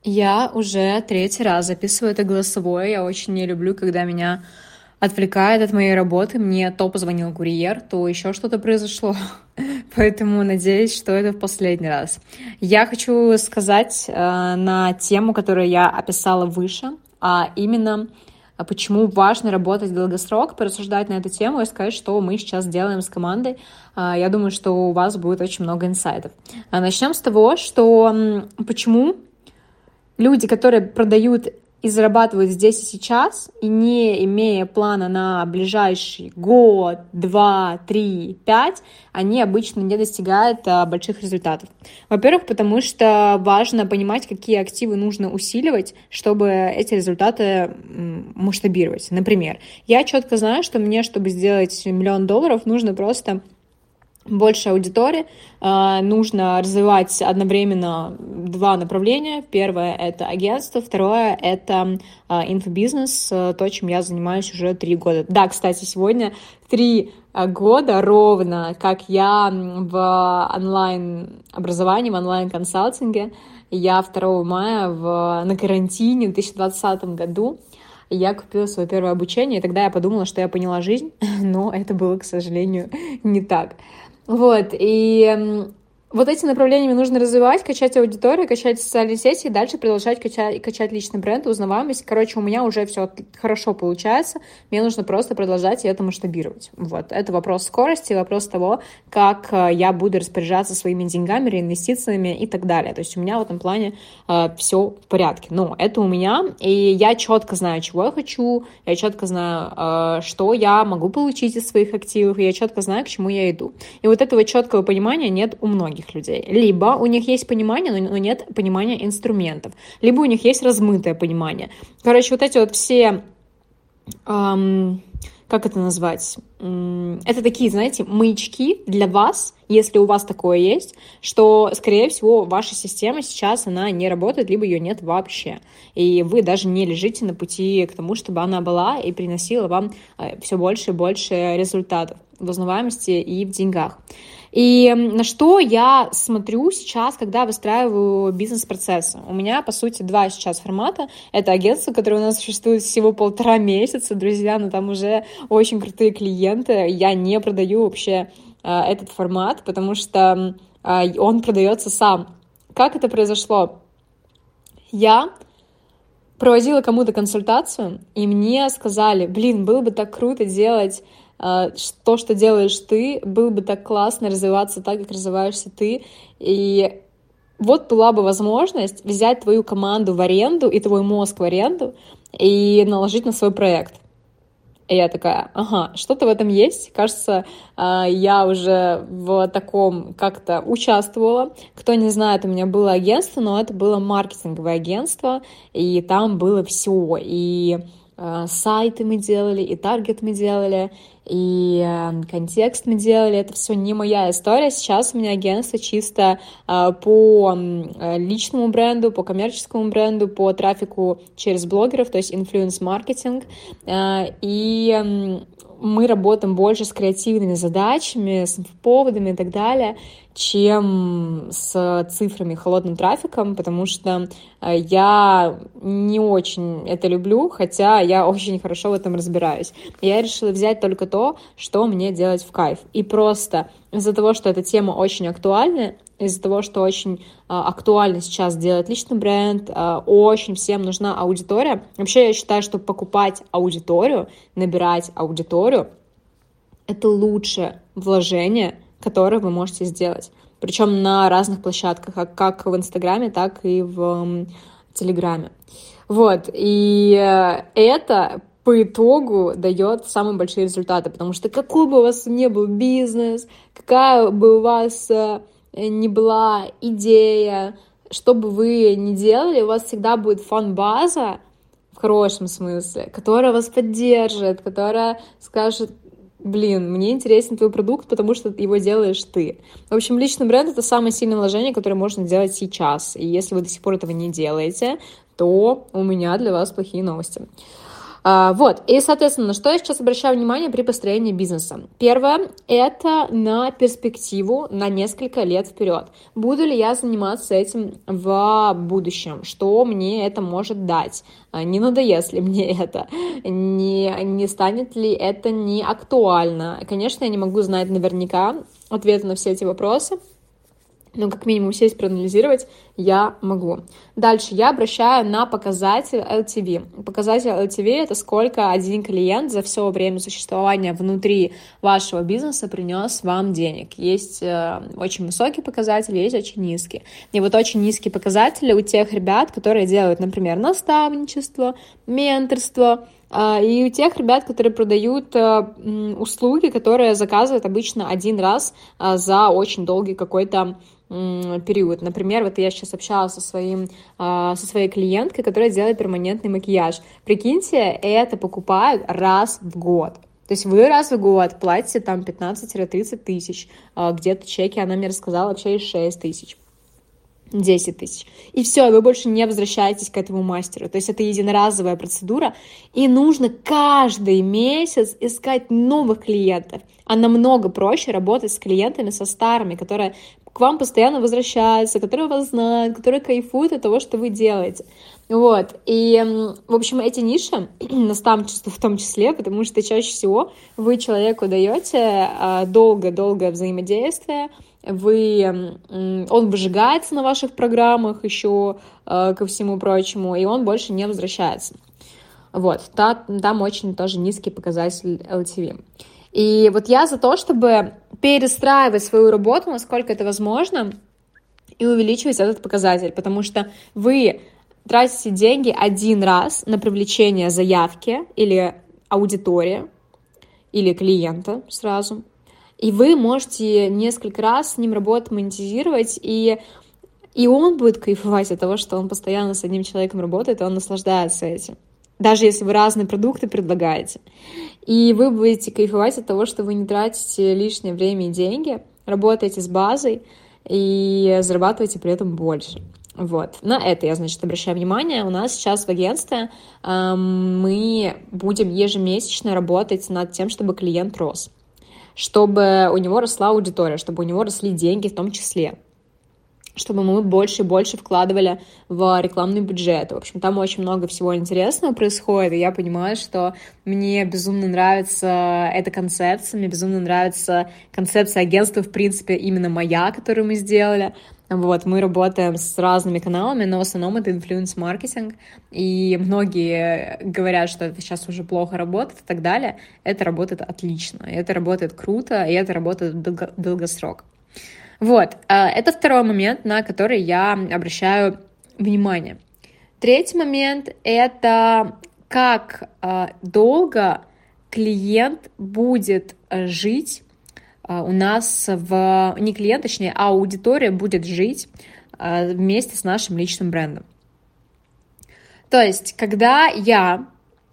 Я уже третий раз записываю это голосовое. Я очень не люблю, когда меня отвлекает от моей работы. Мне то позвонил курьер, то еще что-то произошло. Поэтому надеюсь, что это в последний раз. Я хочу сказать на тему, которую я описала выше, а именно почему важно работать в долгосрок, порассуждать на эту тему и сказать, что мы сейчас делаем с командой. Я думаю, что у вас будет очень много инсайтов. Начнем с того, что почему люди, которые продают и зарабатывают здесь и сейчас, и не имея плана на ближайший год, 2, 3, 5, они обычно не достигают больших результатов. Во-первых, потому что важно понимать, какие активы нужно усиливать, чтобы эти результаты масштабировать. Например, я четко знаю, что мне, чтобы сделать $1 миллион, нужно просто больше аудитории, нужно развивать одновременно два направления. Первое — это агентство, второе — это инфобизнес, то, чем я занимаюсь уже 3 года. Да, кстати, сегодня 3 года ровно, как я в онлайн-образовании, в онлайн-консалтинге. Я 2 мая на карантине в 2020 году я купила свое первое обучение, и тогда я подумала, что я поняла жизнь, но это было, к сожалению, не так. И вот эти направлениями нужно развивать, качать аудиторию, качать социальные сети и дальше продолжать качать личный бренд, узнаваемость. Короче, у меня уже все хорошо получается, мне нужно просто продолжать и это масштабировать. Это вопрос скорости, вопрос того, как я буду распоряжаться своими деньгами, реинвестициями и так далее. То есть у меня в этом плане все в порядке. Но это у меня, и я четко знаю, чего я хочу, я четко знаю, что я могу получить из своих активов, и я четко знаю, к чему я иду. И вот этого четкого понимания нет у многих людей. Либо у них есть понимание, но нет понимания инструментов. Либо у них есть размытое понимание. Короче, вот эти вот все... как это назвать? Это такие, знаете, маячки для вас, если у вас такое есть, что, скорее всего, ваша система сейчас, она не работает, либо ее нет вообще. И вы даже не лежите на пути к тому, чтобы она была и приносила вам все больше и больше результатов в узнаваемости и в деньгах. И на что я смотрю сейчас, когда выстраиваю бизнес-процессы? У меня, по сути, 2 сейчас формата. Это агентство, которое у нас существует всего 1,5 месяца, друзья, но там уже очень крутые клиенты. Я не продаю вообще этот формат, потому что он продается сам. Как это произошло? Я проводила кому-то консультацию, и мне сказали, было бы так круто делать то, что делаешь ты, было бы так классно развиваться так, как развиваешься ты. И вот была бы возможность взять твою команду в аренду и твой мозг в аренду и наложить на свой проект. И я такая, что-то в этом есть. Кажется, я уже в таком как-то участвовала. Кто не знает, у меня было агентство, но это было маркетинговое агентство, и там было все. И сайты мы делали, и таргет мы делали, и контекст мы делали. Это все не моя история. Сейчас у меня агентство чисто по личному бренду, по коммерческому бренду, по трафику через блогеров, то есть инфлюенс-маркетинг. И мы работаем больше с креативными задачами, с инфоповодами и так далее, чем с цифрами, холодным трафиком, потому что я не очень это люблю, хотя я очень хорошо в этом разбираюсь. Я решила взять только то, что мне делать в кайф. И просто из-за того, что эта тема очень актуальна, из-за того, что очень актуально сейчас делать личный бренд, очень всем нужна аудитория. Вообще я считаю, что покупать аудиторию, набирать аудиторию — это лучшее вложение, которое вы можете сделать. Причем на разных площадках, как в Инстаграме, так и в Телеграме. И это по итогу дает самые большие результаты, потому что какой бы у вас ни был бизнес, какая бы у вас ни была идея, что бы вы ни делали, у вас всегда будет фан-база, в хорошем смысле, которая вас поддержит, которая скажет, мне интересен твой продукт, потому что его делаешь ты. В общем, личный бренд — это самое сильное вложение, которое можно сделать сейчас. И если вы до сих пор этого не делаете, то у меня для вас плохие новости. Вот, и, соответственно, на что я сейчас обращаю внимание при построении бизнеса? Первое, это на перспективу на несколько лет вперед. Буду ли я заниматься этим в будущем? Что мне это может дать? Не надоест ли мне это? Не станет ли это не актуально? Конечно, я не могу знать наверняка ответы на все эти вопросы, но как минимум сесть, проанализировать я могу. Дальше я обращаю на показатель LTV. Показатель LTV — это сколько один клиент за все время существования внутри вашего бизнеса принес вам денег. Есть очень высокие показатели, есть очень низкие. И вот очень низкие показатели у тех ребят, которые делают, например, наставничество, менторство, и у тех ребят, которые продают услуги, которые заказывают обычно один раз за очень долгий какой-то период. Например, вот я сейчас общалась со своей клиенткой, которая делает перманентный макияж. Прикиньте, это покупают раз в год. То есть вы раз в год платите там 15-30 тысяч. Где-то чеки, она мне рассказала, вообще и 6 тысяч. 10 тысяч. И все, вы больше не возвращаетесь к этому мастеру. То есть это единоразовая процедура, и нужно каждый месяц искать новых клиентов. А намного проще работать с клиентами, со старыми, которые к вам постоянно возвращаются, которые вас знают, которые кайфуют от того, что вы делаете. Вот. И, в общем, эти ниши, наставничество в том числе, потому что чаще всего вы человеку даете долгое-долгое взаимодействие, он выжигается на ваших программах еще ко всему прочему, и он больше не возвращается. Вот, там очень тоже низкий показатель LTV. И вот я за то, чтобы перестраивать свою работу, насколько это возможно, и увеличивать этот показатель, потому что вы тратите деньги один раз на привлечение заявки или аудитории, или клиента сразу, и вы можете несколько раз с ним работать, монетизировать, и он будет кайфовать от того, что он постоянно с одним человеком работает, и он наслаждается этим. Даже если вы разные продукты предлагаете. И вы будете кайфовать от того, что вы не тратите лишнее время и деньги, работаете с базой и зарабатываете при этом больше. Вот. На это я, значит, обращаю внимание. У нас сейчас в агентстве мы будем ежемесячно работать над тем, чтобы клиент рос, чтобы у него росла аудитория, чтобы у него росли деньги в том числе, чтобы мы больше и больше вкладывали в рекламный бюджет. В общем, там очень много всего интересного происходит, и я понимаю, что мне безумно нравится эта концепция, мне безумно нравится концепция агентства, в принципе, именно моя, которую мы сделали. Вот, мы работаем с разными каналами, но в основном это инфлюенс-маркетинг, и многие говорят, что это сейчас уже плохо работает и так далее. Это работает отлично, это работает круто, и это работает в долгосрок. Вот, это второй момент, на который я обращаю внимание. Третий момент — это как долго клиент будет жить у нас не клиент, точнее, а аудитория будет жить вместе с нашим личным брендом. То есть, когда я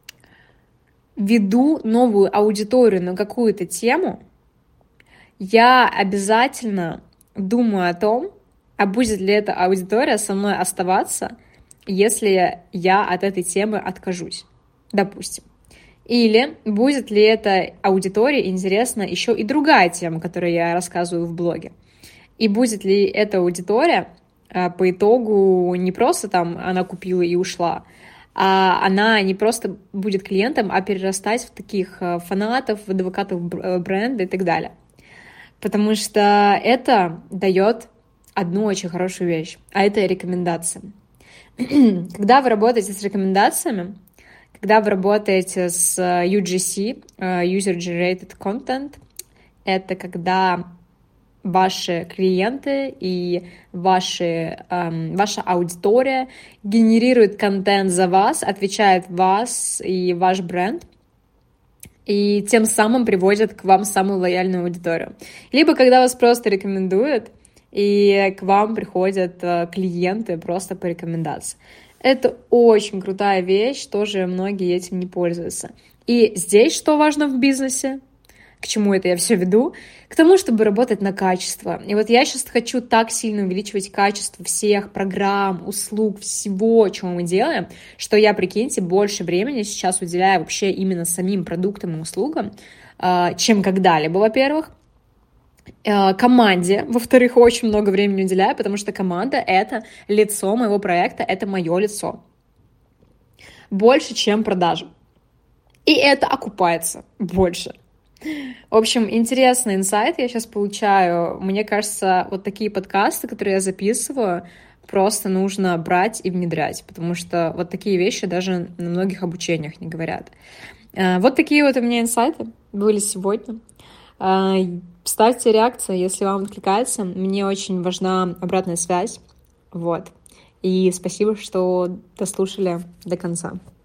веду новую аудиторию на какую-то тему, я обязательно думаю о том, а будет ли эта аудитория со мной оставаться, если я от этой темы откажусь, допустим. Или будет ли этой аудитории интересна еще и другая тема, которую я рассказываю в блоге. И будет ли эта аудитория по итогу не просто там она купила и ушла, а она не просто будет клиентом, а перерастать в таких фанатов, в адвокатов бренда и так далее. Потому что это дает одну очень хорошую вещь, а это рекомендации. Когда вы работаете с рекомендациями, когда вы работаете с UGC, User Generated Content, это когда ваши клиенты и ваша аудитория генерирует контент за вас, отвечает вас и ваш бренд, и тем самым приводят к вам самую лояльную аудиторию. Либо когда вас просто рекомендуют, и к вам приходят клиенты просто по рекомендации. Это очень крутая вещь, тоже многие этим не пользуются. И здесь что важно в бизнесе? К к чему это я все веду? К тому, чтобы работать на качество. И вот я сейчас хочу так сильно увеличивать качество всех программ, услуг, всего, чего мы делаем, что я, прикиньте, больше времени сейчас уделяю вообще именно самим продуктам и услугам, чем когда-либо, во-первых. Команде, во-вторых, очень много времени уделяю, потому что команда — это лицо моего проекта, это мое лицо. Больше, чем продажи. И это окупается больше. В общем, интересный инсайт я сейчас получаю. Мне кажется, вот такие подкасты, которые я записываю, просто нужно брать и внедрять, потому что вот такие вещи даже на многих обучениях не говорят. Вот такие вот у меня инсайты были сегодня. Ставьте реакции, если вам откликается. Мне очень важна обратная связь. Вот. И спасибо, что дослушали до конца.